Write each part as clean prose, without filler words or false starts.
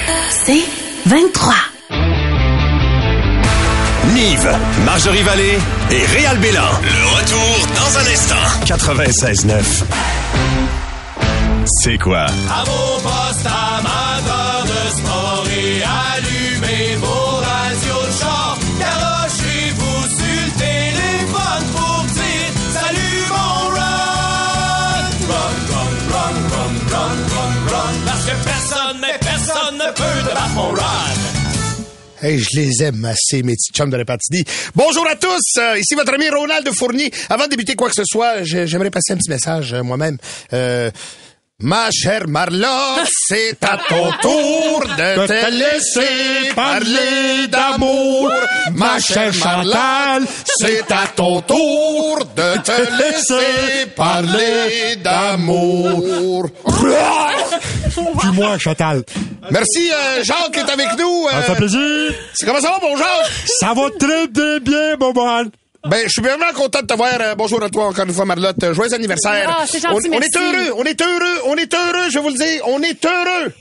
C'est 23. Nive, Marjorie Vallée et Réal Bélan. Le retour dans un instant. 96.9. C'est quoi? À vos postes amateurs de sport et allumez vos radios de char. Garochez-vous sur le téléphone pour dire salut mon run. Run, run, run, run, run, run, run. Parce que personne ne peut te battre mon run. Hey, je les aime assez, mes petits chums de Repentigny. Bonjour à tous, ici votre ami Ronald Fournier. Avant de débuter quoi que ce soit, j'aimerais passer un petit message moi-même. Ma chère Marlotte, c'est à ton tour de te laisser parler d'amour. Ma chère Chantal, c'est à ton tour de te laisser parler d'amour. Puis moi, Chantal. Merci, Jacques est avec nous. Ça fait plaisir. Comment ça va, bon Jacques? Ça va très bien, Boban. Ben, je suis vraiment content de te voir. Bonjour à toi encore une fois, Marlotte. Joyeux anniversaire. Ah, c'est gentil, on est heureux, je vais vous le dire. On est heureux.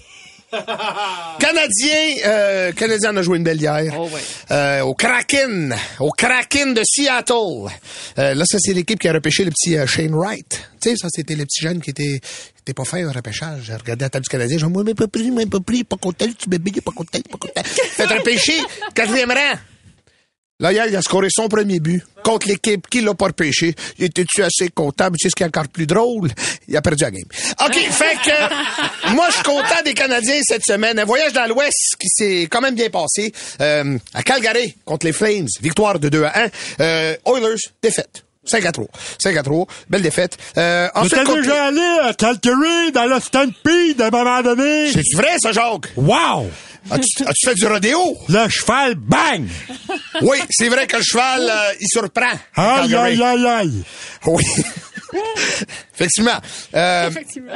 Canadien a joué une belle hier. Oh, ouais. Au Kraken de Seattle. Là, ça, c'est l'équipe qui a repêché le petit Shane Wright. Tu sais, ça, c'était le petit jeune qui était pas fait un repêchage. J'ai regardé la table du Canadien, genre, moi, mais pas pris, pas content, tu bébé, pas content. Fait repêché, 4e rang. Là, hier, il a scoré son premier but contre l'équipe qui l'a pas repêché. Il était-tu assez content? Mais tu sais ce qui est encore plus drôle? Il a perdu la game. OK, fait que moi, je suis content des Canadiens cette semaine. Un voyage dans l'Ouest qui s'est quand même bien passé. À Calgary, contre les Flames, victoire de 2-1. Oilers, défaite. 5-3. Belle défaite. Ensuite, j'étais déjà allé à Calgary dans le Stampede à un moment donné. C'est vrai, ça, Jacques? Wow! As-tu fait du rodéo? Le cheval, bang! Oui, c'est vrai que le cheval, il surprend. Aïe. Oui. Effectivement. Effectivement.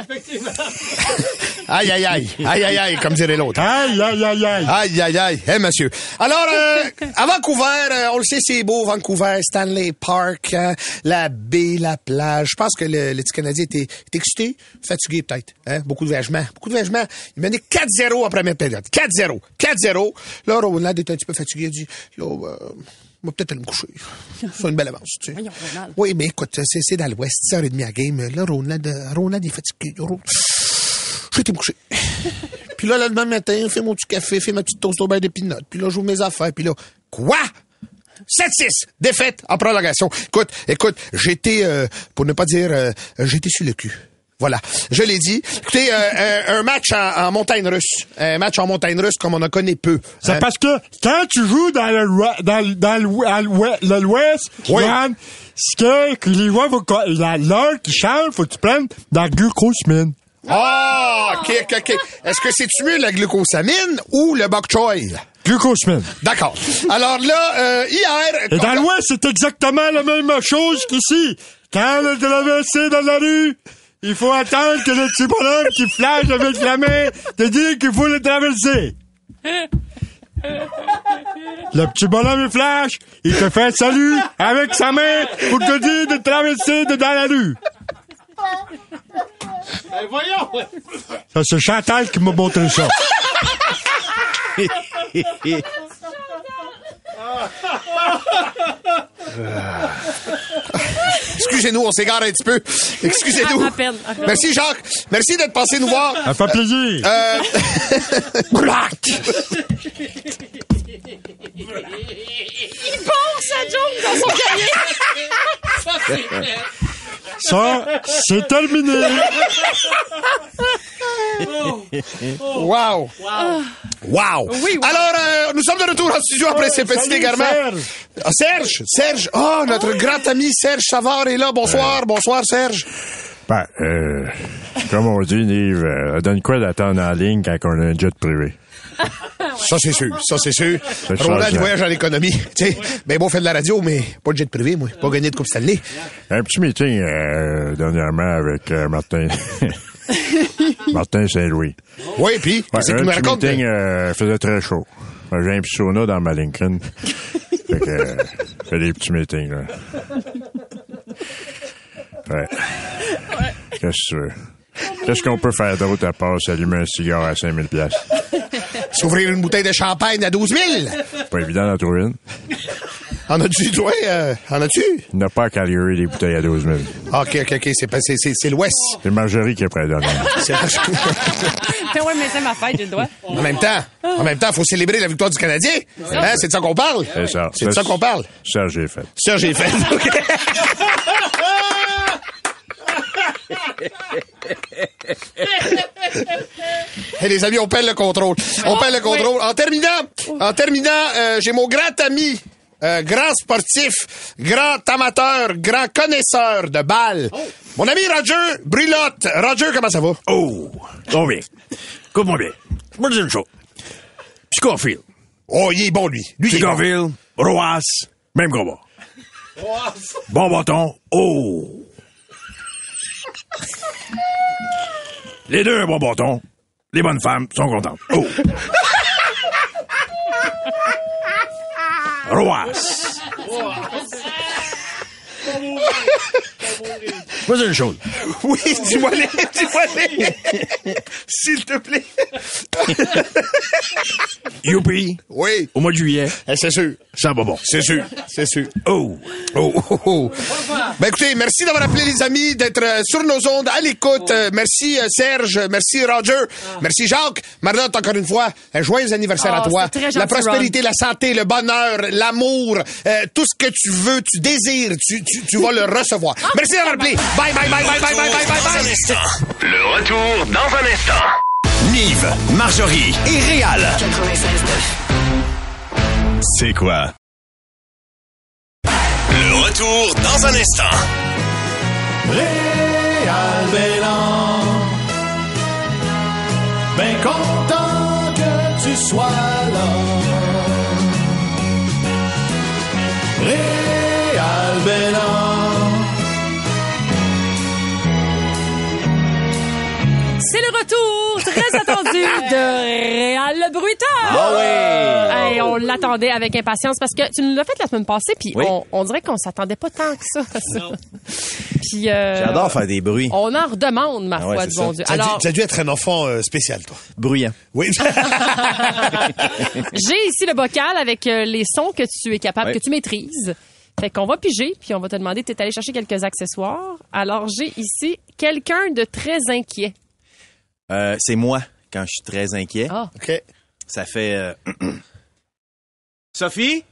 Aïe, comme dirait l'autre. Aïe. Hey, monsieur. Alors, à Vancouver, on le sait, c'est beau, Vancouver, Stanley Park, la baie, la plage. Je pense que le petit Canadien était excité, fatigué peut-être. Hein? Beaucoup de vêtements. Il menait 4-0 en première période. 4-0. Là, Ronald était un petit peu fatigué. Il dit, là, on va peut-être aller me coucher. C'est une belle avance, tu sais. Oui, mais écoute, c'est dans l'Ouest, 6h30 à game. Là, Ronald est fatigué. Je vais te me coucher. Puis là, le lendemain matin, je fais mon petit café, fais ma petite toast au beurre de peanut. Puis là, j'ouvre mes affaires. Puis là, quoi? 7-6, défaite en prolongation. Écoute, j'étais, pour ne pas dire, j'étais sur le cul. Voilà, je l'ai dit. Écoutez, un match en montagne russe. Un match en montagne russe comme on en connaît peu. C'est parce que quand tu joues dans l'Ouest, oui. Johan, c'est que les voix, l'heure qui change, faut que tu prennes dans la glucosamine. Ah, OK. Est-ce que c'est mieux la glucosamine ou le bok choy? Glucosamine. D'accord. Alors là, hier... Et dans l'Ouest, c'est exactement la même chose qu'ici. Quand on a traversé dans la rue... Il faut attendre que le petit bonhomme qui flash avec la main te dise qu'il faut le traverser. Le petit bonhomme il flash, il te fait salut avec sa main pour te dire de traverser dans la rue. Voyons! Ça, c'est Chantal qui m'a montré ça. Excusez-nous, on s'égare un petit peu. Excusez-nous. À peine. Merci, Jacques. Merci d'être passé nous voir. Ça fait plaisir. Il pense sa joke dans son cahier. Ça, c'est terminé. Wow. Oui. Alors, nous sommes de retour en studio après ces petits égarements. Serge. Oh, notre grand ami Serge Savard est là. Bonsoir, Serge. Ben, comme on dit, Nive, ça donne quoi d'attendre en ligne quand on a un jet privé? Ça, c'est sûr. Ronald, il voyage en économie. Tu sais, ben bon, fait de la radio, mais pas de jet privé, moi. Pas gagné de Coupe Stanley. Un petit meeting, dernièrement avec Martin. Martin Saint-Louis. Oui, puis, qu'est-ce qu'il me raconte? Le meeting faisait très chaud. J'ai un petit sauna dans ma Lincoln. Fait que, fait des petits meetings, là. Ouais. Qu'est-ce que tu veux? Qu'est-ce qu'on peut faire d'autre à part s'allumer un cigare à 5000 $? S'ouvrir une bouteille de champagne à 12 000. Pas évident d'en trouver une. En as-tu, toi? En as-tu? Il n'a pas à Calgary des bouteilles à 12 000. OK. C'est l'Ouest. C'est Marjorie qui est près de là. Ouais, mais c'est ma fête, j'ai le droit. En même temps, faut célébrer la victoire du Canadien. Hein? C'est de ça qu'on parle? C'est ça. C'est de ça qu'on parle. Ça, j'ai fait. Ça, j'ai fait. OK. Hey, les amis, on perd le contrôle. En terminant, j'ai mon grand ami, grand sportif, grand amateur, grand connaisseur de balles. Mon ami Roger Brulotte. Roger, comment ça va? Oh, trop bien. Écoute-moi bien. Moi, je dis une chose. Scofield. Oh, il est bon, lui. Lui, il est bon. Scofield, Roas, même combat. Bon bâton. Oh. Les deux, un bon bâton. Les bonnes femmes sont contentes. Oh. Roas. Moi, c'est une chose. Oui, dis-moi les. S'il te plaît. Youpi. Oui. Au mois de juillet. C'est sûr. Ça va bon. C'est sûr. Oh. Ben écoutez, merci d'avoir appelé les amis, d'être sur nos ondes, à l'écoute. Merci Serge, merci Roger, merci Jacques. Marlotte, encore une fois, un joyeux anniversaire à toi. C'est très gentil, La prospérité, la santé, le bonheur, l'amour, tout ce que tu veux, tu désires, tu vas le recevoir. Merci d'avoir appelé. Bye. Dans un instant. Le retour dans un instant. Nive, Marjorie et Réal. 96.9. C'est quoi? Le retour dans un instant. Réal Bélan, ben content que tu sois là. Réal Bélan. C'est le retour très attendu de Réal Le Brutal. Ah oui! Hey, on l'attendait avec impatience parce que tu nous l'as fait la semaine passée, puis Oui. on dirait qu'on s'attendait pas tant que ça. Puis J'adore faire des bruits. on en redemande, ma Ah ouais, foi, c'est du ça. bon Dieu. Ça Alors, a dû être un enfant spécial, toi. Bruyant. Oui. j'ai ici le bocal avec les sons que tu es capable, Oui. que tu maîtrises. Fait qu'on va piger, puis on va te demander, t'es allé chercher quelques accessoires. Alors, j'ai ici quelqu'un de très inquiet. C'est moi, quand je suis très inquiet. Ah. OK. Ça fait... Sophie?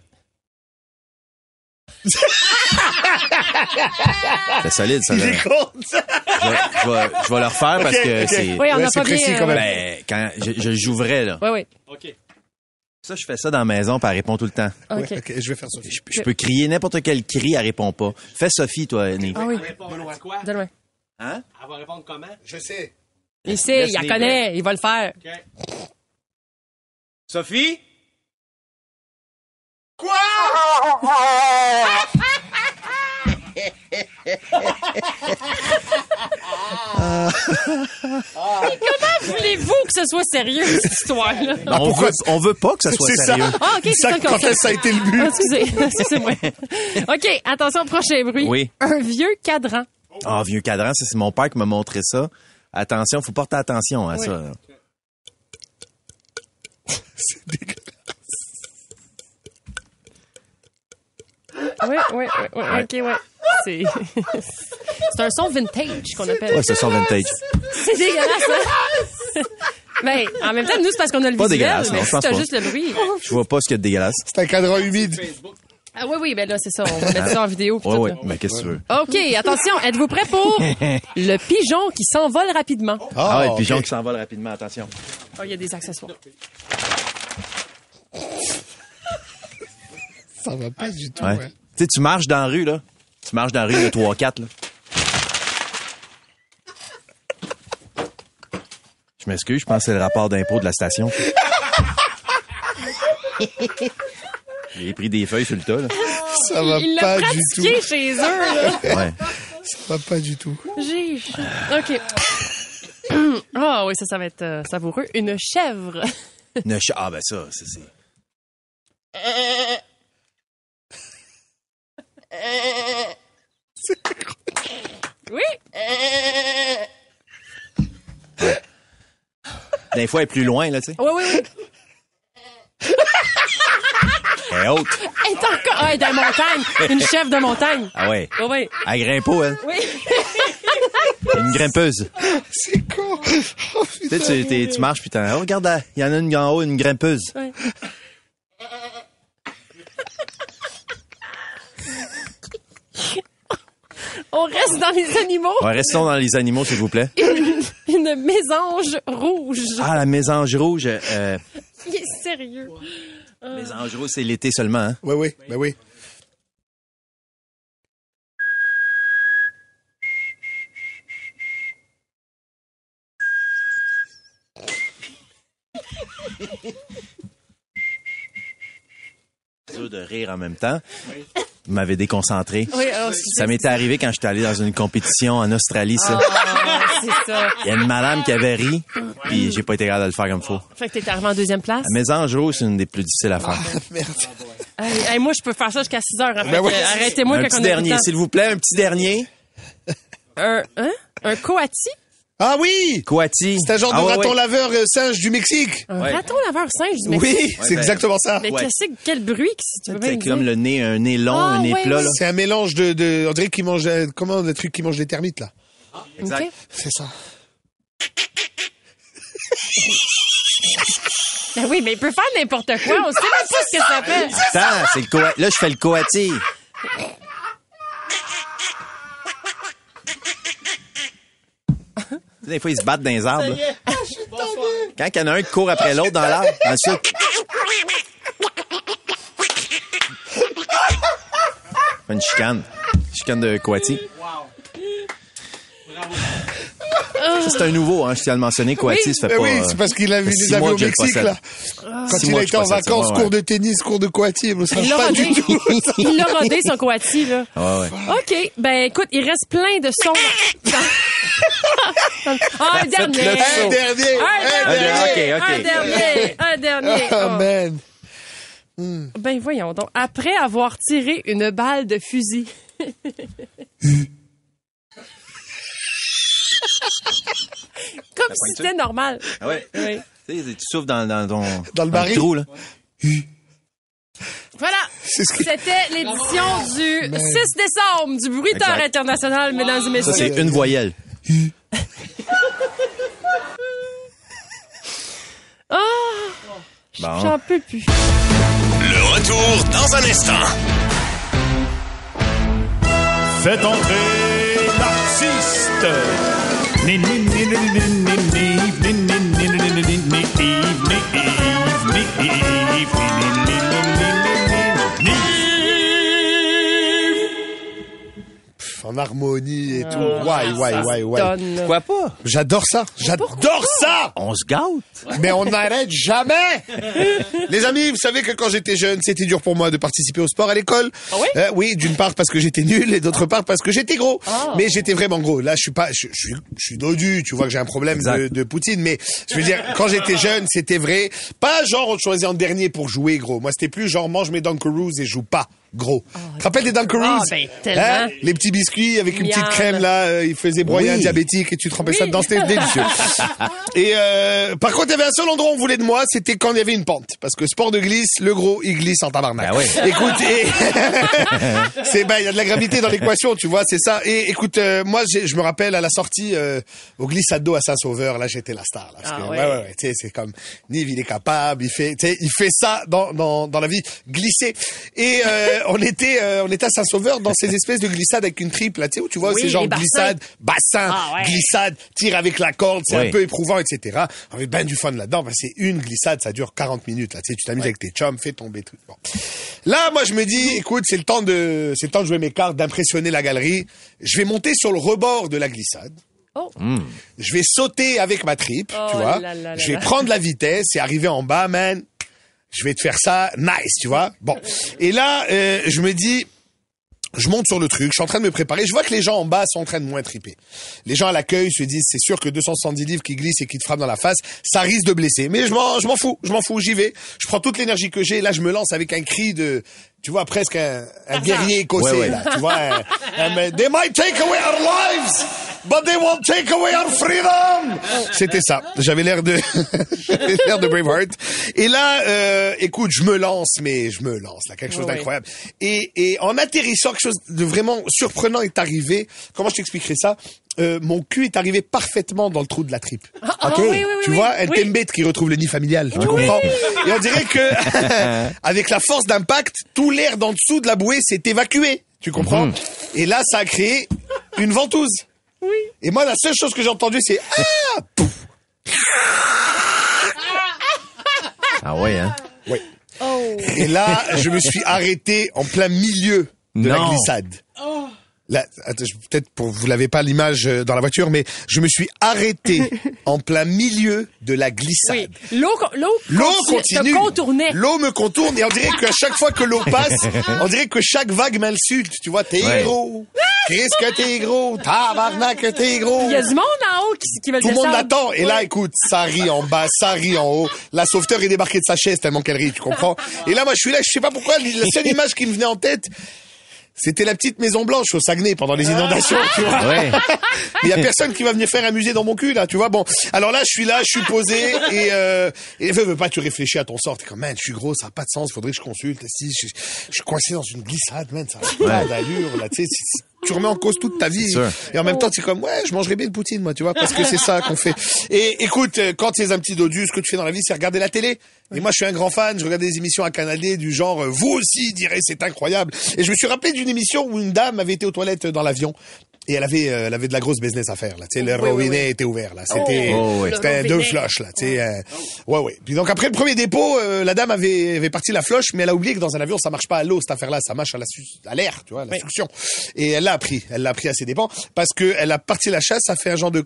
C'est solide, ça. Il Là. est con, ça. Je vais le refaire parce que ok. c'est... Oui, on Ouais, a c'est pas bien... précis quand même. Ben, quand je le jouerais, là. Oui. Ça, je fais ça dans la maison, puis elle répond tout le temps. OK. Ouais, OK, je vais faire ça. Je peux crier n'importe quel cri, elle répond pas. Fais Sophie, toi, Nive. Ah oui. Répondre quoi? Donne-moi. Hein? Elle va répondre comment? Je sais. Il sait, il Laisse la les connaît, il va le faire. OK. Sophie? Voulez-vous que ce soit sérieux, cette histoire-là? On veut pas que ça soit C'est ça. sérieux. Ah, OK, c'est ça le Quand concept. ça a été le but. Ah, excusez-moi. OK, attention, prochain bruit. Oui. Un vieux cadran. Ah, vieux cadran, ça, c'est mon père qui m'a montré ça. Attention, faut porter attention à ça. là. C'est dégueulasse. Oui, OK, ouais. C'est un son vintage qu'on appelle. Ouais, c'est son vintage. C'est dégueulasse, hein? Mais en même temps, nous, c'est parce qu'on a le Pas visuel. dégueulasse, non, Mais je si pense t'as pas. juste le bruit. Je vois pas ce qu'il y a de dégueulasse. C'est un cadran humide. Ah oui, ben là, c'est ça. On va mettre ça en vidéo. puis Ouais, tout, ouais. là. Mais qu'est-ce que tu veux? OK, attention, êtes-vous prêts pour le pigeon qui s'envole rapidement? Ah ouais, OK. pigeon qui s'envole rapidement, attention. Oh, il y a des accessoires. Ça va pas du tout. Ouais. Hein. Tu sais, tu marches dans la rue, là. Tu marches dans la rue, il y a 3-4, là. Je m'excuse, je pense que c'est le rapport d'impôt de la station. J'ai pris des feuilles sur le tas, là. Ça va Il pas l'a du tout. pratiqué chez eux, là. Ouais. Ça va pas du tout. J'ai... OK. Ah oui, ça va être savoureux. Une chèvre. Ah, ben ça, c'est... Oui. Des fois, elle est plus loin, là, tu sais. Oui. Elle est haute. Elle est encore... Ah, elle est dans la montagne. Une chef de montagne. Ah ouais. Oui. Elle grimpe pas, elle. Oui. Une grimpeuse. C'est con. Oh, Tu sais, tu marches, puis oh, regarde, il y en a une en haut, une grimpeuse. Ouais. On reste dans les animaux. Ouais, restons dans les animaux, s'il vous plaît. Une mésange rouge. Ah, la mésange rouge. Il est sérieux. Mésange rouge, c'est l'été seulement, hein? Oui. Dur de rire en même temps. Vous m'avez déconcentré. Oui, Ça m'était arrivé quand j'étais allé dans une compétition en Australie, ça. c'est ça. Il y a une madame qui avait ri, puis j'ai pas été capable de le faire comme faut. Fait que t'es arrivé en deuxième place. La mésange rouge, c'est une des plus difficiles à faire. Merde. Hey, moi, je peux faire ça jusqu'à 6 heures. En fait. Ben oui. Arrêtez-moi Un quand petit on a le dernier, temps. s'il vous plaît, un petit dernier. Un coati? Ah oui! Coati. C'est un genre de Ah, ouais, raton ouais. laveur singe du Mexique. Un Ouais. raton laveur singe du Mexique? Oui, c'est ben, exactement ça. Mais Ouais. quel bruit que tu veux bien C'est me dire? comme le nez, un nez long, Ah, un nez ouais, plat, ouais. là. C'est un mélange de on dirait qu'il mange comment le truc qui mange les termites là. Exact. Ok. C'est ça. Ben oui, mais il peut faire n'importe quoi. On sait même pas ce que ça fait. Attends, c'est le coati. Là, je fais le coati. Des fois, ils se battent dans les arbres. là. Quand il y en a un qui court après l'autre dans l'arbre, ensuite... Une chicane. Chicane de coati. Ça, c'est un nouveau, hein, je tiens à le mentionner. Coati, ça fait Ben pas... oui, c'est parce qu'il a vu fait des 6 avions mois au que je le Mexique possède. là. Quand 6 il mois a que je été en possède ça, vacances, ouais, cours ouais. de tennis, cours de Coati, il ne Il l'a pas rodé. du tout. Il l'a rodé, son coati, là. Ouais, ouais. OK. Ben, écoute, il reste plein de sons. Un dernier. le saut. Un dernier. Un dernier. Oh, Oh. man. Ben, voyons donc. Après avoir tiré une balle de fusil. Comme si c'était normal. Ah ouais. Oui. Tu sais, tu souffles dans ton... Dans le baril. trou, là. Voilà. C'est ce que- C'était l'édition du 6 décembre du Bruiteur Exact. international, mesdames et messieurs. Ça, c'est une voyelle. Bon. J'en peux plus. Le retour dans un instant. Faites entrer l'artiste. Ni, ni, ni, ni, ni, ni, ni, ni, ni, ni, ni, ni, ni, ni, ni, ni, En harmonie et tout. Ouais. Donne. Pourquoi pas? J'adore ça. J'adore ça. On se gâte. Mais on n'arrête jamais. Les amis, vous savez que quand j'étais jeune, c'était dur pour moi de participer au sport à l'école. Ah oui? Oui, d'une part parce que j'étais nul et d'autre part parce que j'étais gros. Mais j'étais vraiment gros. Là, je suis dodu. Tu vois que j'ai un problème de poutine. Mais je veux dire, quand j'étais jeune, c'était vrai. Pas genre on te choisit en dernier pour jouer gros. Moi, c'était plus genre mange mes Dunkaroos et joue pas gros. Tu te rappelles des Dunkaroos? Ah, ben, tellement. Les petits biscuits avec une petite Miam. crème là, ils faisaient broyer un Oui. diabétique et tu trempais ça Oui. dedans, c'était délicieux. Et par contre, il y avait un seul endroit où on voulait de moi, c'était quand il y avait une pente. Parce que sport de glisse, le gros, il glisse en tabarnak. Ben oui. Écoute, il y a de la gravité dans l'équation, tu vois, c'est ça. Et écoute, moi, je me rappelle à la sortie au glissade-d'eau à Saint-Sauveur, là, j'étais la star. Là, parce que, ouais, tu sais, c'est comme Nive, il est capable, il fait ça dans la vie, glisser. Et on était à Saint-Sauveur dans ces espèces de glissades avec une triple, là, tu sais, où tu vois, Oui, c'est genre les bassins. glissade, bassin, Ah, ouais. glissade, tir avec la corde, c'est Oui. un peu éprouvant, etc. On avait ben du fun là-dedans. Ben, c'est une glissade, ça dure 40 minutes, là. Tu sais, tu t'amuses avec tes chums, fais tomber tout. Bon. Là, moi, je me dis, écoute, c'est le temps de jouer mes cartes, d'impressionner la galerie. Je vais monter sur le rebord de la glissade. Oh. Je vais sauter avec ma tripe, Oh tu vois. là là là Je vais là. prendre la vitesse et arriver en bas, man. Je vais te faire ça nice, tu vois. Bon. Et là, je me dis, je monte sur le truc, je suis en train de me préparer. Je vois que les gens en bas sont en train de moins triper. Les gens à l'accueil se disent, c'est sûr que 270 livres qui glissent et qui te frappent dans la face, ça risque de blesser. Mais je m'en fous, j'y vais. Je prends toute l'énergie que j'ai. Et là, je me lance avec un cri de tu vois, presque un guerrier écossais, là. Tu vois, they might take away our lives, but they won't take away our freedom. C'était ça. J'avais l'air de Braveheart. Et là, écoute, je me lance, là, quelque chose d'incroyable. Et en atterrissant, quelque chose de vraiment surprenant est arrivé. Comment je t'expliquerai ça? Mon cul est arrivé parfaitement dans le trou de la tripe. Tu vois, elle t'embête qui retrouve le nid familial. Tu comprends? Et on dirait que, avec la force d'impact, tout l'air d'en dessous de la bouée s'est évacué. Tu comprends? Et là, ça a créé une ventouse. Oui. Et moi, la seule chose que j'ai entendue, c'est pouf. Ah ouais, hein? Oui. Oh. Et là, je me suis arrêté en plein milieu de la glissade. Oh. Là, peut-être vous l'avez pas l'image dans la voiture, mais je me suis arrêté en plein milieu de la glissade. Oui. L'eau continue. L'eau me contourne et on dirait qu'à chaque fois que l'eau passe, on dirait que chaque vague m'insulte. Tu vois, t'es gros. Qu'est-ce que t'es gros? Tabarnak, t'es gros. Il y a du monde en haut qui va le Tout le monde l'attend. Et là, écoute, ça rit en bas, ça rit en haut. La sauveteur est débarquée de sa chaise tellement qu'elle rit, tu comprends? Et là, moi, je suis là, je sais pas pourquoi, la seule image qui me venait en tête, c'était la petite Maison Blanche au Saguenay pendant les inondations, tu vois. Ouais. Il y a personne qui va venir faire un musée dans mon cul, là, tu vois. Bon, alors là, je suis posé et veux pas, tu réfléchis à ton sort. T'es comme, man, je suis gros, ça a pas de sens, faudrait que je consulte. Si je suis coincé dans une glissade, man, ça a pas d'allure, là, tu sais. Tu remets en cause toute ta vie. Et en même temps, tu es comme, ouais, je mangerais bien une poutine, moi, tu vois, parce que c'est ça qu'on fait. Et écoute, quand tu es un petit dodu, ce que tu fais dans la vie, c'est regarder la télé. Et moi, je suis un grand fan, je regarde des émissions à Canal D du genre, vous aussi direz, c'est incroyable. Et je me suis rappelé d'une émission où une dame avait été aux toilettes dans l'avion. Et elle avait de la grosse business à faire, là. Tu sais, le robinet était ouvert, là. C'était 2 flushes, là. Tu sais, ouais. Puis donc, après le premier dépôt, la dame avait parti la flush, mais elle a oublié que dans un avion, ça marche pas à l'eau, cette affaire-là. Ça marche à l'air, tu vois, la succion. Et elle l'a appris à ses dépens, parce que elle a parti la chasse, ça fait un genre de...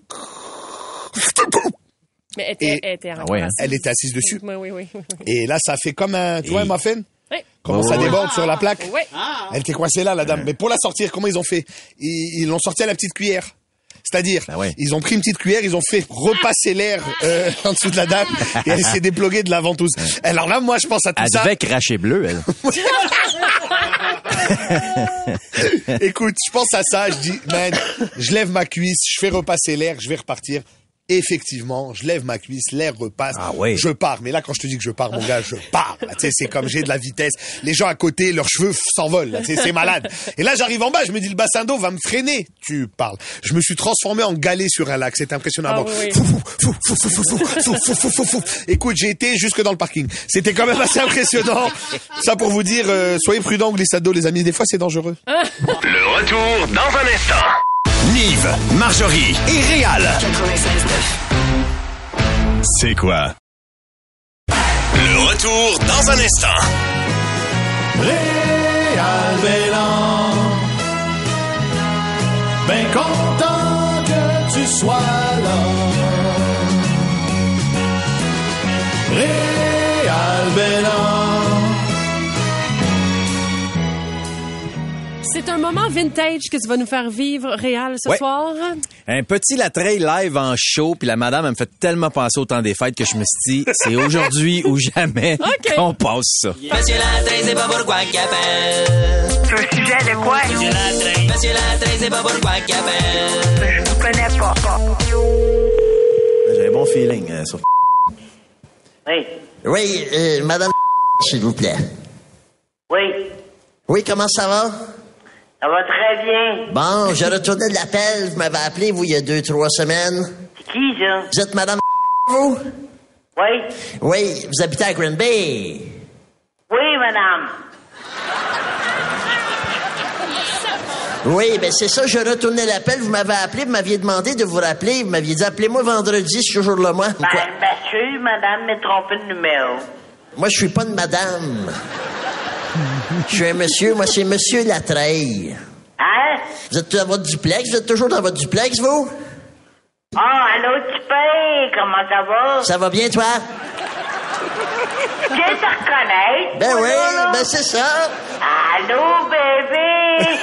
Mais elle était assise dessus. Oui. Et là, ça fait comme un, tu vois, un muffin? Oui. Comment ça déborde sur la plaque? Oui. Elle était coincée là, la dame. Mais pour la sortir, comment ils ont fait? Ils l'ont sortie à la petite cuillère. C'est-à-dire, ils ont pris une petite cuillère, ils ont fait repasser l'air en dessous de la dame et elle s'est déploguée de la ventouse. Alors là, moi, je pense à tout ça. Elle devait cracher bleu, elle. Écoute, je pense à ça, je dis, man, je lève ma cuisse, je fais repasser l'air, je vais repartir. Effectivement, je lève ma cuisse, l'air repasse, je pars. Mais là, quand je te dis que je pars, mon gars, je pars. Là, tu sais, c'est comme j'ai de la vitesse. Les gens à côté, leurs cheveux s'envolent. Là, tu sais, c'est malade. Et là, j'arrive en bas, je me dis le bassin d'eau va me freiner. Tu parles. Je me suis transformé en galet sur un lac. C'est impressionnant. Écoute, j'ai été jusque dans le parking. C'était quand même assez impressionnant. Ça pour vous dire, soyez prudents, glissade d'eau, les amis. Des fois, c'est dangereux. Le retour dans un instant. Nive, Marjorie et Réal. 96.9. C'est quoi? Le retour dans un instant. Réal Bélan, ben content que tu sois là. Réal Bélan. C'est un moment vintage que tu vas nous faire vivre, Réal, ce soir. Un petit Latreille live en show, puis la madame, elle me fait tellement penser au temps des fêtes que je me suis dit, c'est aujourd'hui ou jamais qu'on passe ça. Monsieur Latreille, c'est pas pourquoi qu'il appelle. C'est un sujet de quoi? Monsieur Latreille, c'est pas pourquoi qu'il appelle. Je vous connais pas. J'ai un bon feeling sur... Oui. Oui, madame, s'il vous plaît. Oui. Oui, comment ça va? Ça va très bien. Bon, je retournais de l'appel. Vous m'avez appelé, vous, il y a 2-3 semaines. C'est qui, ça? Vous êtes madame, vous? Oui. Oui, vous habitez à Green Bay. Oui, madame. Oui, ben c'est ça, je retournais l'appel. Vous m'avez appelé, vous m'aviez demandé de vous rappeler. Vous m'aviez dit, appelez-moi vendredi, ce jour-là, moi. Ben, monsieur, madame m'a trompé de numéro. Moi, je suis pas une madame. Je suis un monsieur, moi c'est monsieur Latreille. Hein? Vous êtes dans votre duplex? Vous êtes toujours dans votre duplex, vous? Ah, allô, Tipé, comment ça va? Ça va bien, toi? Tu viens de te reconnaître? Ben oui, là? ben c'est ça. Allô, bébé?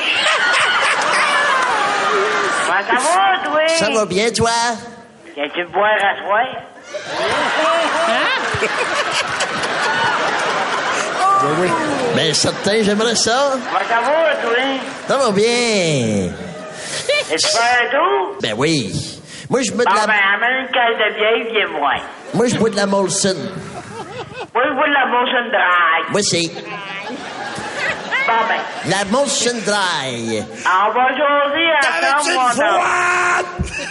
Comment ça va, toi? Ça va bien, toi? Viens-tu me boire à soir? Oui. Ben, certain, j'aimerais ça. Comment ça va, toi? Ça va bien. Et tu fais un tour? Ben oui. Moi, je bois de Bon, la... ben, amène une caisse de bière, viens-moi. Moi, je bois de la Molson. Moi, je bois de la Molson Dry. Moi, c'est... Bon, ben. La Molson Dry. On va jaser ensemble, mon homme.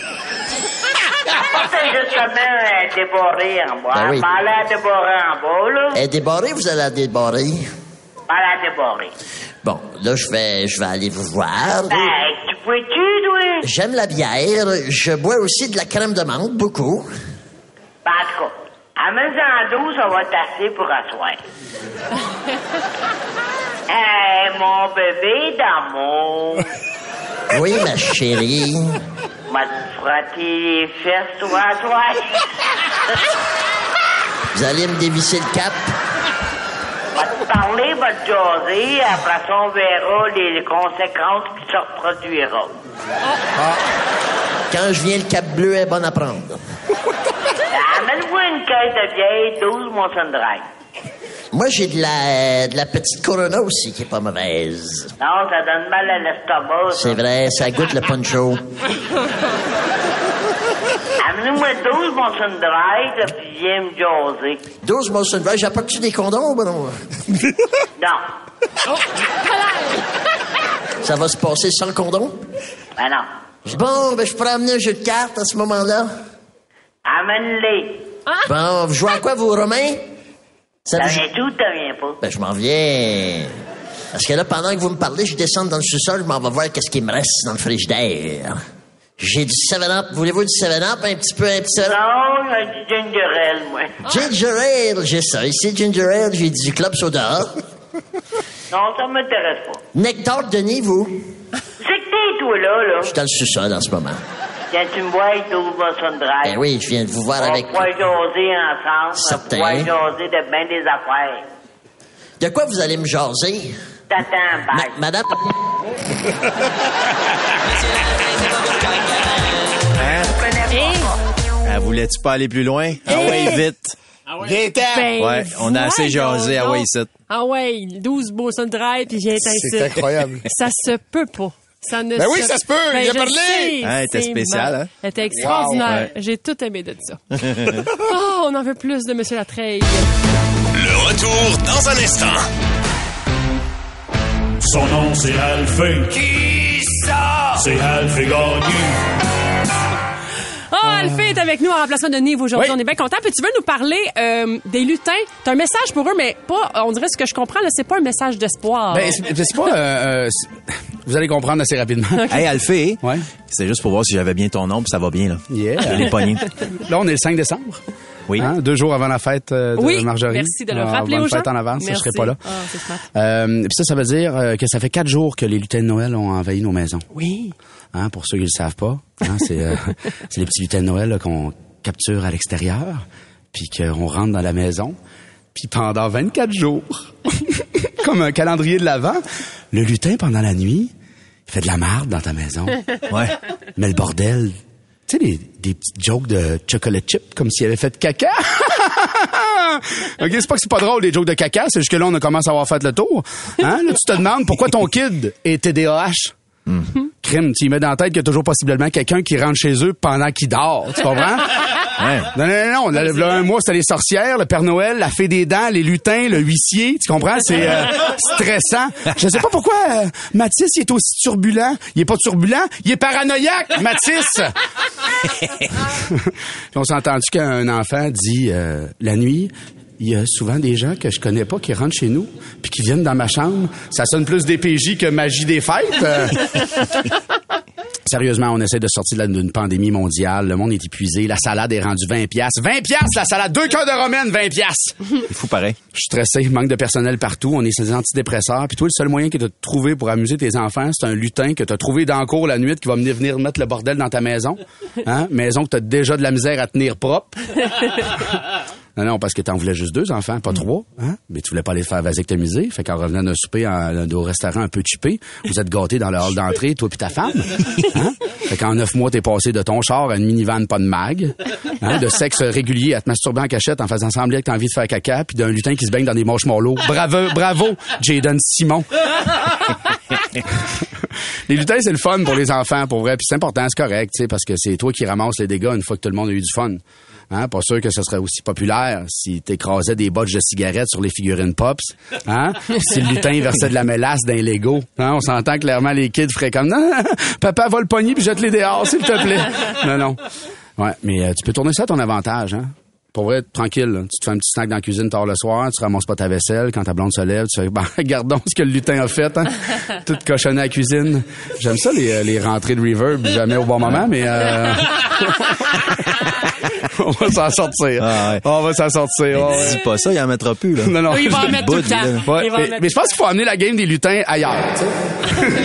T'es justement déboré en bas. Ben oui. Pas la déboré en bas, là. Elle est débarrée, vous allez la débarrer? Pas la déboré. Bon, là, je vais aller vous voir. Ben, tu peux-tu, toi? J'aime la bière. Je bois aussi de la crème de menthe, beaucoup. Ben, en tout cas, amène-en 12, ça va être assez pour asseoir. Hey, mon bébé d'amour. Oui, ma chérie. M'a frotter les fesses, toi. Vous allez me dévisser le cap? Va te parler, va te jaser, après ça, on verra les conséquences qui se reproduiront. Quand je viens, le cap bleu est bon à prendre. Amène-moi une caisse de vieille 12 Molson Dry. Moi, j'ai de la petite Corona aussi qui est pas mauvaise. Non, ça donne mal à l'estomac, ça. C'est vrai, ça goûte le puncho. Amène-moi 12 Molson Dry, là, puis viens me jaser. 12 Molson Dry, j'apporte-tu des condoms ou non? Non. Ça va se passer sans condom? Ben non. Bon, ben je pourrais amener un jeu de cartes à ce moment-là. Amène-les. Bon, vous jouez à quoi, vous, Romains? T'en viens tout, t'en viens pas. Ben, je m'en viens. Parce que là, pendant que vous me parlez, je descends dans le sous-sol, je m'en vais voir qu'est-ce qui me reste dans le frigidaire. J'ai du 7-Up. Voulez-vous du 7-Up? Un petit 7-Up? Non, j'ai du ginger ale, moi. Ginger ale, j'ai ça. Ici, ginger ale, j'ai du club soda. Non, ça m'intéresse pas. Nectar, Denis, vous? C'est que t'es, toi, là. Je suis dans le sous-sol en ce moment. Viens-tu me voir 12 Molson Dry? Ben oui, je viens de vous voir avec... On va jaser ensemble. Certain. On va jaser de bien des affaires. De quoi vous allez me jaser? T'attends, bye. Madame... Voulais-tu pas aller plus loin? Ah ouais, vite. Ben, Ouais, on a assez jasé. Ah ouais, ici. Ah ouais, 12 Molson Dry, puis viens ici. C'est incroyable. Ça se peut pas. Ça ne Ben oui, ça se peut, il a je parlé. sais, Hein, elle était c'est spéciale, hein? Elle était extraordinaire. Wow. Ouais. J'ai tout aimé de ça. Oh, on en veut plus de Monsieur Latreille. Le retour dans un instant. Son nom, c'est Alphée. Qui ça? C'est Alphée Gagné. Oh, Alphée est avec nous en remplacement de Nive aujourd'hui. Oui. On est bien contents. Puis tu veux nous parler des lutins. T'as un message pour eux, mais pas, on dirait ce que je comprends, là, c'est pas un message d'espoir. Ben, c'est pas... vous allez comprendre assez rapidement. Hey, Alphée. Ouais. C'est juste pour voir si j'avais bien ton nom, puis ça va bien, là. Yeah. Je l'ai pogné. Là, on est le 5 décembre. Oui. Hein, 2 jours avant la fête de Oui, Marjorie. merci de le On va rappeler avoir aux une fête gens. en avance, Merci. je serai pas là. Ah, c'est smart. Puis ça veut dire que ça fait 4 jours que les lutins de Noël ont envahi nos maisons. Oui. Hein, pour ceux qui le savent pas, hein, c'est les petits lutins de Noël là, qu'on capture à l'extérieur, puis qu'on rentre dans la maison, puis pendant 24 jours, comme un calendrier de l'Avent, le lutin, pendant la nuit, il fait de la marde dans ta maison. Ouais. Mais le bordel, tu sais, des petites jokes de chocolate chip, comme s'il avait fait caca. OK, c'est pas que c'est pas drôle, des jokes de caca, c'est juste que là, on commence à avoir fait le tour. Hein? Là, tu te demandes pourquoi ton kid est TDAH. Crime, tu y mets dans la tête qu'il y a toujours possiblement quelqu'un qui rentre chez eux pendant qu'il dort. Tu comprends? Ouais. Non. Là, un mois, c'était les sorcières, le Père Noël, la Fée des Dents, les lutins, le huissier. Tu comprends? C'est stressant. Je sais pas pourquoi Mathis, il est aussi turbulent. Il est pas turbulent, il est paranoïaque, Mathis! On s'est entendu qu'un enfant dit la nuit... Il y a souvent des gens que je connais pas qui rentrent chez nous puis qui viennent dans ma chambre. Ça sonne plus DPJ que magie des fêtes. Sérieusement, on essaie de sortir d'une pandémie mondiale. Le monde est épuisé. La salade est rendue 20$. 20$ la salade. 2 cœurs de romaine, 20$. C'est fou pareil. Je suis stressé. Manque de personnel partout. On est sur des antidépresseurs. Puis toi, le seul moyen que tu as trouvé pour amuser tes enfants, c'est un lutin que tu as trouvé dans le cours la nuit qui va venir mettre le bordel dans ta maison. Hein? Maison que tu as déjà de la misère à tenir propre. Non, parce que t'en voulais juste 2 enfants, pas 3. Hein? Mais tu voulais pas aller te faire vasectomiser. Fait qu'en revenant d'un souper au restaurant un peu chippé, vous êtes gâtés dans le hall d'entrée, toi puis ta femme. Hein? Fait qu'en 9 mois, t'es passé de ton char à une minivan pas de mag, hein? De sexe régulier à te masturber en cachette en faisant semblant que t'as envie de faire caca, puis d'un lutin qui se baigne dans des marshmallows. Bravo, Jaden Simon. Les lutins, c'est le fun pour les enfants, pour vrai. Puis c'est important, c'est correct, tu sais, parce que c'est toi qui ramasses les dégâts une fois que tout le monde a eu du fun. Hein? Pas sûr que ce serait aussi populaire si t'écrasais des botches de cigarettes sur les figurines Pops. Hein? Si le lutin versait de la mélasse dans les Lego. Hein? On s'entend clairement les kids feraient comme non, papa va le pogner puis jette-les dehors, s'il te plaît. Non. Ouais, mais tu peux tourner ça à ton avantage, hein? Pour vrai, tranquille, là. Tu te fais un petit snack dans la cuisine tard le soir, tu ramasses pas ta vaisselle, quand ta blonde se lève, tu fais, regardons ce que le lutin a fait, hein. Tout cochonné à la cuisine. J'aime ça, les rentrées de reverb, jamais au bon moment, mais on va s'en sortir. Ah ouais. On va s'en sortir. Mais dis pas ça, il en mettra plus, là. Non. Oui, il va en mettre tout le temps. Ouais, mais je pense qu'il faut amener la game des lutins ailleurs, tu sais.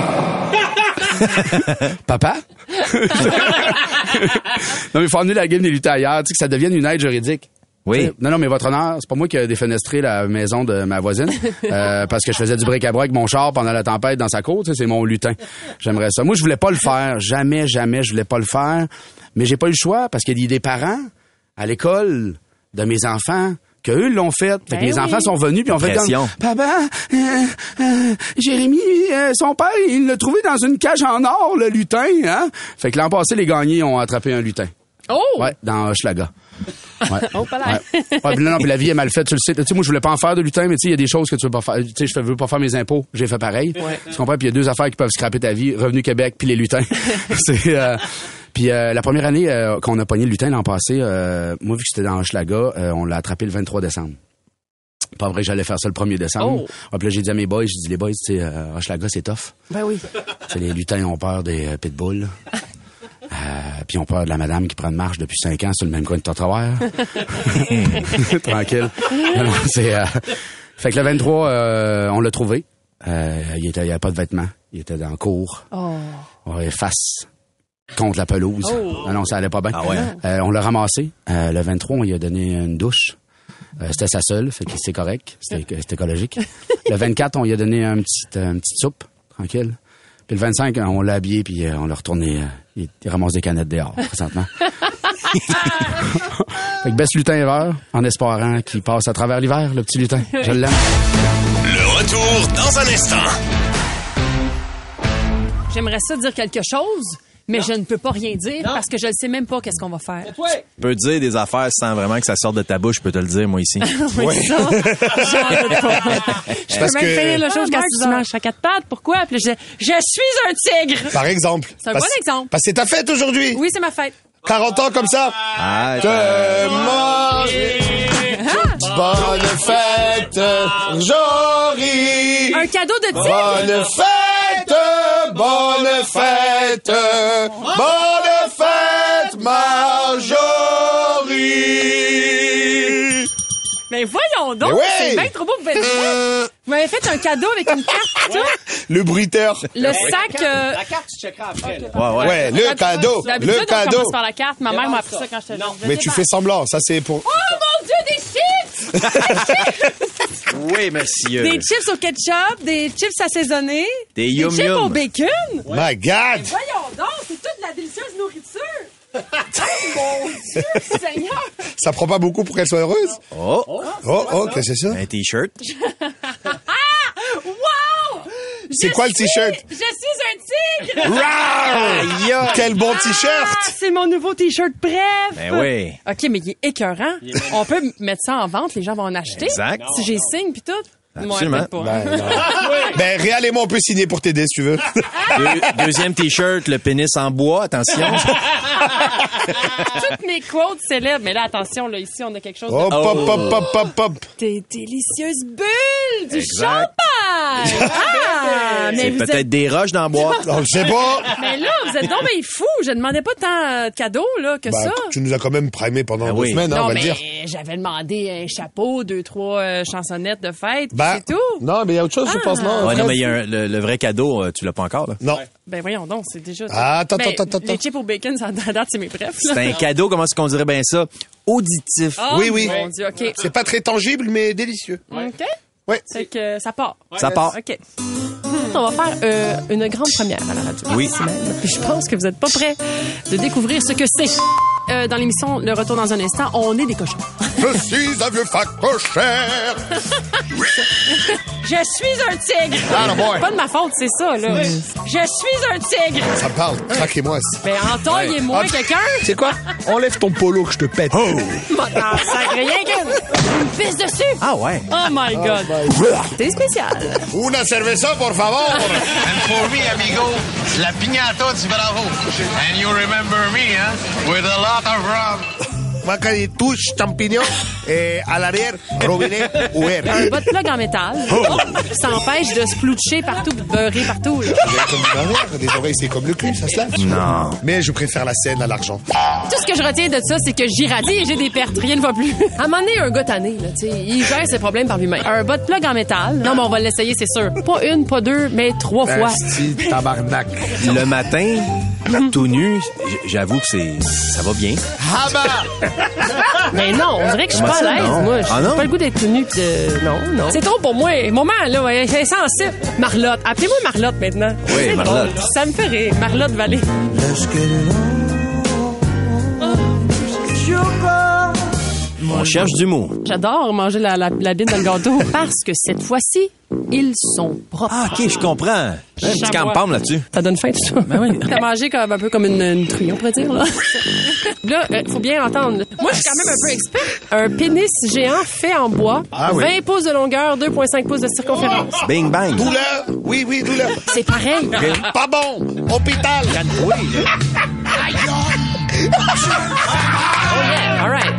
Papa? Non, mais il faut amener la game des lutins ailleurs, tu sais, que ça devienne une aide juridique. Oui. T'sais, non, mais votre honneur, c'est pas moi qui ai défenestré la maison de ma voisine parce que je faisais du bric-à-brac avec mon char pendant la tempête dans sa cour, tu sais, c'est mon lutin. J'aimerais ça. Moi, je voulais pas le faire. Jamais, je voulais pas le faire. Mais j'ai pas eu le choix parce qu'il y a des parents à l'école de mes enfants que eux l'ont fait. Fait que les enfants sont venus puis ont fait comme papa, Jérémy, son père, il l'a trouvé dans une cage en or, le lutin, hein. Fait que l'an passé, les gagnés ont attrapé un lutin. Oh! Ouais, dans Hochelaga. Ouais. Oh, pas là. Ouais, non, puis la vie est mal faite, tu le sais. Tu sais, moi, je voulais pas en faire de lutin, mais tu sais, il y a des choses que tu veux pas faire. Tu sais, je veux pas faire mes impôts. J'ai fait pareil. Ouais. Tu comprends? Puis il y a 2 affaires qui peuvent scraper ta vie. Revenu Québec, puis les lutins. C'est, puis la première année qu'on a pogné le lutin l'an passé, moi, vu que c'était dans Hochelaga, on l'a attrapé le 23 décembre. Pas vrai que j'allais faire ça le 1er décembre. Oh. Ouais, puis là, j'ai dit à mes boys, les boys, tu sais, Hochelaga, c'est tough. Ben oui. T'sais, les lutins ont peur des pitbulls. Puis on peur de la madame qui prend une marche depuis 5 ans sur le même coin de trottoir. Tranquille. Non, c'est, fait que le 23, on l'a trouvé. Il y avait pas de vêtements. Il était dans le cours. Oh. Ouais, face contre la pelouse. Oh. Non, ça allait pas bien. Ah ouais. On l'a ramassé. Le 23, on lui a donné une douche. C'était sa seule, fait que c'est correct. C'était écologique. Le 24, on lui a donné une petite soupe. Tranquille. Puis le 25, on l'a habillé, puis on l'a retourné. Il ramasse des canettes dehors, présentement. Fait que baisse lutin hiver, en espérant qu'il passe à travers l'hiver, le petit lutin. Je l'aime. Le retour dans un instant. J'aimerais ça dire quelque chose, mais je ne peux pas rien dire parce que je ne sais même pas qu'est-ce qu'on va faire. Tu peux dire des affaires sans vraiment que ça sorte de ta bouche, je peux te le dire, moi, ici. Oui, ça, j'en doute pas. Je peux même finir le show jusqu'à 6 heures. Je serai 4 pattes. Pourquoi? Puis je suis un tigre. Par exemple. C'est un bon exemple. Parce que c'est ta fête aujourd'hui. Oui, c'est ma fête. 40 ans comme ça. Te manger. Bonne fête, Jory. Un cadeau de tigre. Bonne fête, bonne fête, bonne fête, Marjorie. Mais voyons donc, c'est bien trop beau pour être fait. Vous m'avez fait un cadeau avec une carte, tout. Le bruiteur. Le sac... La carte, tu checkeras après. Ouais, le cadeau. Le cadeau. On commence par la carte. Ma mère m'a appris ça quand j'étais jeune. Mais tu fais semblant, ça c'est pour... Oh mon Dieu, des chips! Oui, monsieur. Des chips au ketchup, des chips assaisonnés. Des yum chips au bacon. My God! Voyons donc, c'est toute la délicieuse nourriture. Oh mon Dieu, Seigneur! Ça prend pas beaucoup pour qu'elle soit heureuse? Oh, qu'est-ce que c'est ça? Un T-shirt. Wow! C'est quoi le T-shirt? Je suis un tigre! Wow! Quel bon T-shirt! C'est mon nouveau T-shirt bref! Ben oui. OK, mais il est écœurant. On peut mettre ça en vente, les gens vont en acheter. Exact. Si j'ai signe puis tout. Absolument. Moi, Ben, Réal et moi, on peut signer pour t'aider, si tu veux. Deuxième T-shirt, le pénis en bois, attention. Toutes mes quotes célèbres. Mais là, attention, là, ici, on a quelque chose de... Hop. Des délicieuses bulles! Du champagne! Ah! C'est peut-être des roches dans le bois. Je sais pas. Mais là, vous êtes donc bien fous. Je demandais pas tant de cadeaux, là, que ça. Tu nous as quand même primé pendant 2 semaines, non, on va le dire. mais j'avais demandé un chapeau, 2-3 chansonnettes de fête, c'est tout. Non, mais il y a autre chose, je pense, non? Ouais, non, mais il y a le vrai cadeau, tu l'as pas encore, là. Non. Ben voyons donc, c'est déjà... Attends. Les chips au bacon, ça date, c'est mes brefs. C'est un cadeau, comment est-ce qu'on dirait bien ça? auditif. Oh, oui, oui. Mon Dieu, OK. C'est pas très tangible, mais délicieux. OK. Ouais. C'est que ça part. Ça part. OK. On va faire une grande première à la radio. Oui. Cette semaine. Puis je pense que vous n'êtes pas prêts de découvrir ce que c'est. Dans l'émission Le Retour dans un instant, on est des cochons. Je suis un vieux facochère. Je suis un tigre. Ah, non, boy. Pas de ma faute, c'est ça, là. Je suis un tigre. Ça me parle. Craquez-moi. Ben, entaille-moi quelqu'un. C'est quoi? Enlève ton polo que je te pète. Oh! Non, ça rien qu'une pisse dessus. Ah ouais. Oh my God. C'est spécial. Una cerveza, por favor. And for me, amigo, la piñata du Bravo. And you remember me, hein? With a lot of rum. Vaca de touche, champignons, et à l'arrière, robinet ouvert. Un bas de plug en métal. Ça empêche de se ploucher partout, de beurrer partout. Là. Comme une dernière, des oreilles, c'est comme le cul, ça se lave. Non. Mais je préfère la scène à l'argent. Tout ce que je retiens de ça, c'est que j'irradie et j'ai des pertes. Rien ne va plus. À un moment donné, un gars tanné, là, tu sais, il gère ses problèmes par lui-même. Un bas de plug en métal. Non, mais on va l'essayer, c'est sûr. Pas une, pas deux, mais 3 fois. Asti, tabarnak. Le matin, tout nu, j'avoue que ça va bien. Haba! Mais non, on dirait que je suis Comment pas à ça, l'aise, non? moi. Ah, J'ai non? pas le goût d'être tout nu pis de... Non. C'est trop pour moi. Moment, là, ouais, c'est sensible. Marlotte. Appelez-moi Marlotte maintenant. Oui, C'est Marlotte. drôle. Ça me fait rire. Marlotte Vallée. On cherche du mot. J'adore manger la bine dans le gâteau parce que cette fois-ci, ils sont propres. Ah, OK, je comprends. Un petit Chamois. campam là-dessus. Ça donne faim, tout ça. Ben oui. T'as mangé comme, un peu comme une truie, on pourrait dire, là. Là, faut bien entendre. Moi, je suis quand même un peu expert. Un pénis géant fait en bois, Ah oui. 20 pouces de longueur, 2,5 pouces de circonférence. Bing bang. Douleur? Oui, douleur. C'est pareil. Pas bon. Hôpital. All right.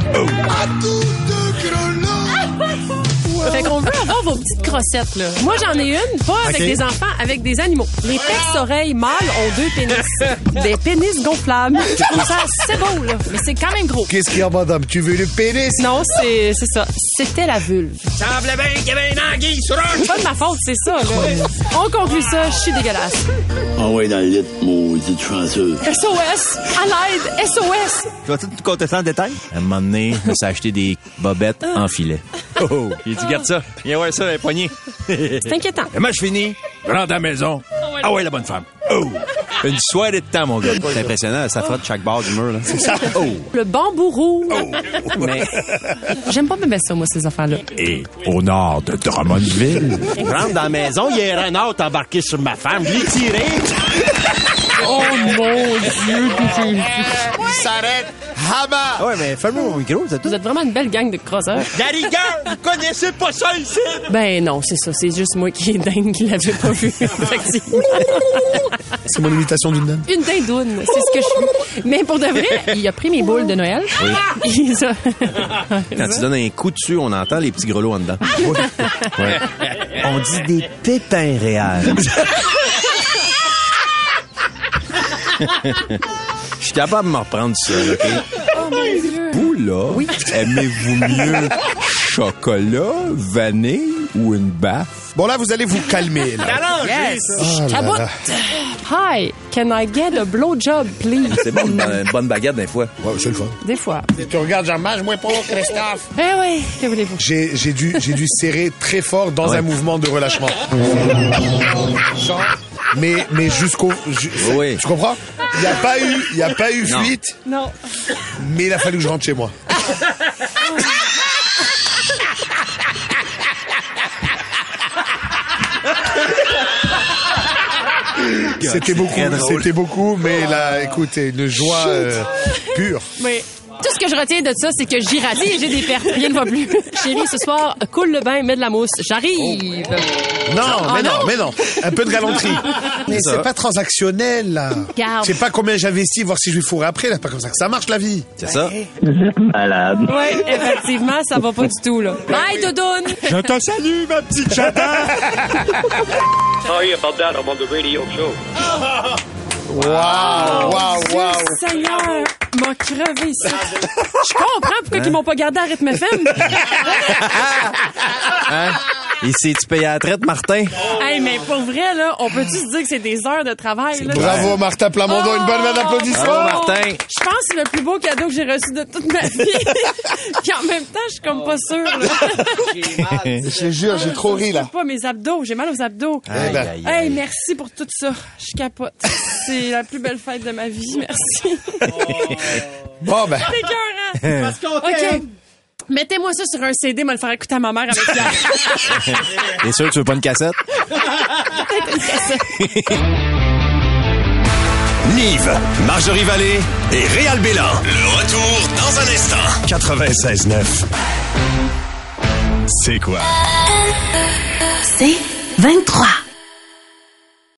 Fait qu'on veut avoir vos petites crossettes, là. Moi, j'en ai une, pas avec des enfants, avec des animaux. Les perce-oreilles mâles ont 2 pénis. Des pénis gonflables. Je trouve ça assez beau, là. Mais c'est quand même gros. Qu'est-ce qu'il y a, madame? Tu veux le pénis? Non, c'est ça. C'était la vulve. Semblait bien qu'il y avait une anguille sur un. C'est pas de ma faute, c'est ça, là. On conclut ça, je suis dégueulasse. Ah ouais, dans le lit, maudit chanceux. SOS! À l'aide! SOS! Tu vas-tout te compter ça en détail? À un moment donné, je me suis acheté des bobettes en filet. Oh! Il dit, garde ça. Viens voir ça, les poignets. C'est inquiétant. Et moi, je finis. Je rentre à la maison. Ah ouais, la bonne femme. Oh! Une soirée de temps, mon gars. C'est impressionnant, ça frotte chaque barre du mur, là. C'est ça. Oh! Le bambou rouge. Mais, J'aime pas bien ça, moi, ces affaires-là. Et au nord de Drummondville, Je rentre dans la maison, il y a un renard embarqué sur ma femme. Je l'ai tiré. Oh mon Dieu, S'arrête. Haba! ouais, mais ferme mon micro, c'est tout. vous êtes vraiment une belle gang de crosseurs. La rigueur, vous connaissez pas ça ici? Ben non, c'est ça. C'est juste moi qui est dingue qui l'avait pas vu. Effectivement. C'est mon imitation d'une dame. Une dindoune, c'est ce que je suis. Mais pour de vrai, il a pris mes boules de Noël. Oui. Quand tu donnes un coup dessus, on entend les petits grelots en dedans. Ouais. On dit des pépins réels. Je suis capable de me reprendre ça, OK? Oh mon Dieu. vous, là, Oui. aimez-vous mieux chocolat, vanille ou une baffe? Bon, là, vous allez vous calmer, là. Yes. Oh là Cabote. là. Hi, can I get a blowjob, please? C'est bon, une bonne baguette des fois. Ouais, c'est le fun. Des fois. Tu regardes, j'en mange moins pas, Christophe. Eh oui, que voulez-vous? J'ai dû serrer très fort dans un mouvement de relâchement. Genre, mais jusqu'au... Oui. Tu comprends? Il n'y a pas eu Non. fuite, Non. mais il a fallu que je rentre chez moi. C'était beaucoup, mais là, écoute, une joie pure. Mais tout ce que je retiens de ça, c'est que j'irradie et j'ai des pertes. Rien ne va plus. Chérie, ce soir, coule le bain, mets de la mousse. J'arrive. Non, Ah, mais non, non? mais non. Un peu de galanterie. Mais C'est c'est ça. pas transactionnel, là. Garde. Je sais pas combien j'investis, voir si je vais fourrer après. Là, c'est pas comme ça que ça marche, la vie. C'est ça? Malade. Oui, effectivement, ça va pas du tout, là. Bye, Doudoune! Je te salue, ma petite chata! Sorry about that, I'm on the radio show. Wow. Seigneur, m'a crevé ça. Je comprends pourquoi ils m'ont pas gardé à rythme FM. Hein? Ici, tu payes à la traite, Martin? Hey, mais pour vrai, là, on peut-tu se dire que c'est des heures de travail? Là? Bravo, Martin Plamondon. Une bonne main d'applaudissements. Bravo, Martin. Je pense que c'est le plus beau cadeau que j'ai reçu de toute ma vie. Puis en même temps, je suis comme pas sûre. Là. Je te jure, j'ai trop ri, là. Pas mes abdos. J'ai mal aux abdos. Hey, merci pour tout ça. Je capote. C'est la plus belle fête de ma vie. Merci. Bon, ben. C'est écœurant. OK. Mettez-moi ça sur un CD, moi le faire écouter à ma mère avec Pierre. T'es sûr que tu veux pas une cassette? Peut-être une cassette. Nive, Marjorie Vallée et Réal Bélan. Le retour dans un instant. 96.9. C'est quoi? C'est 23.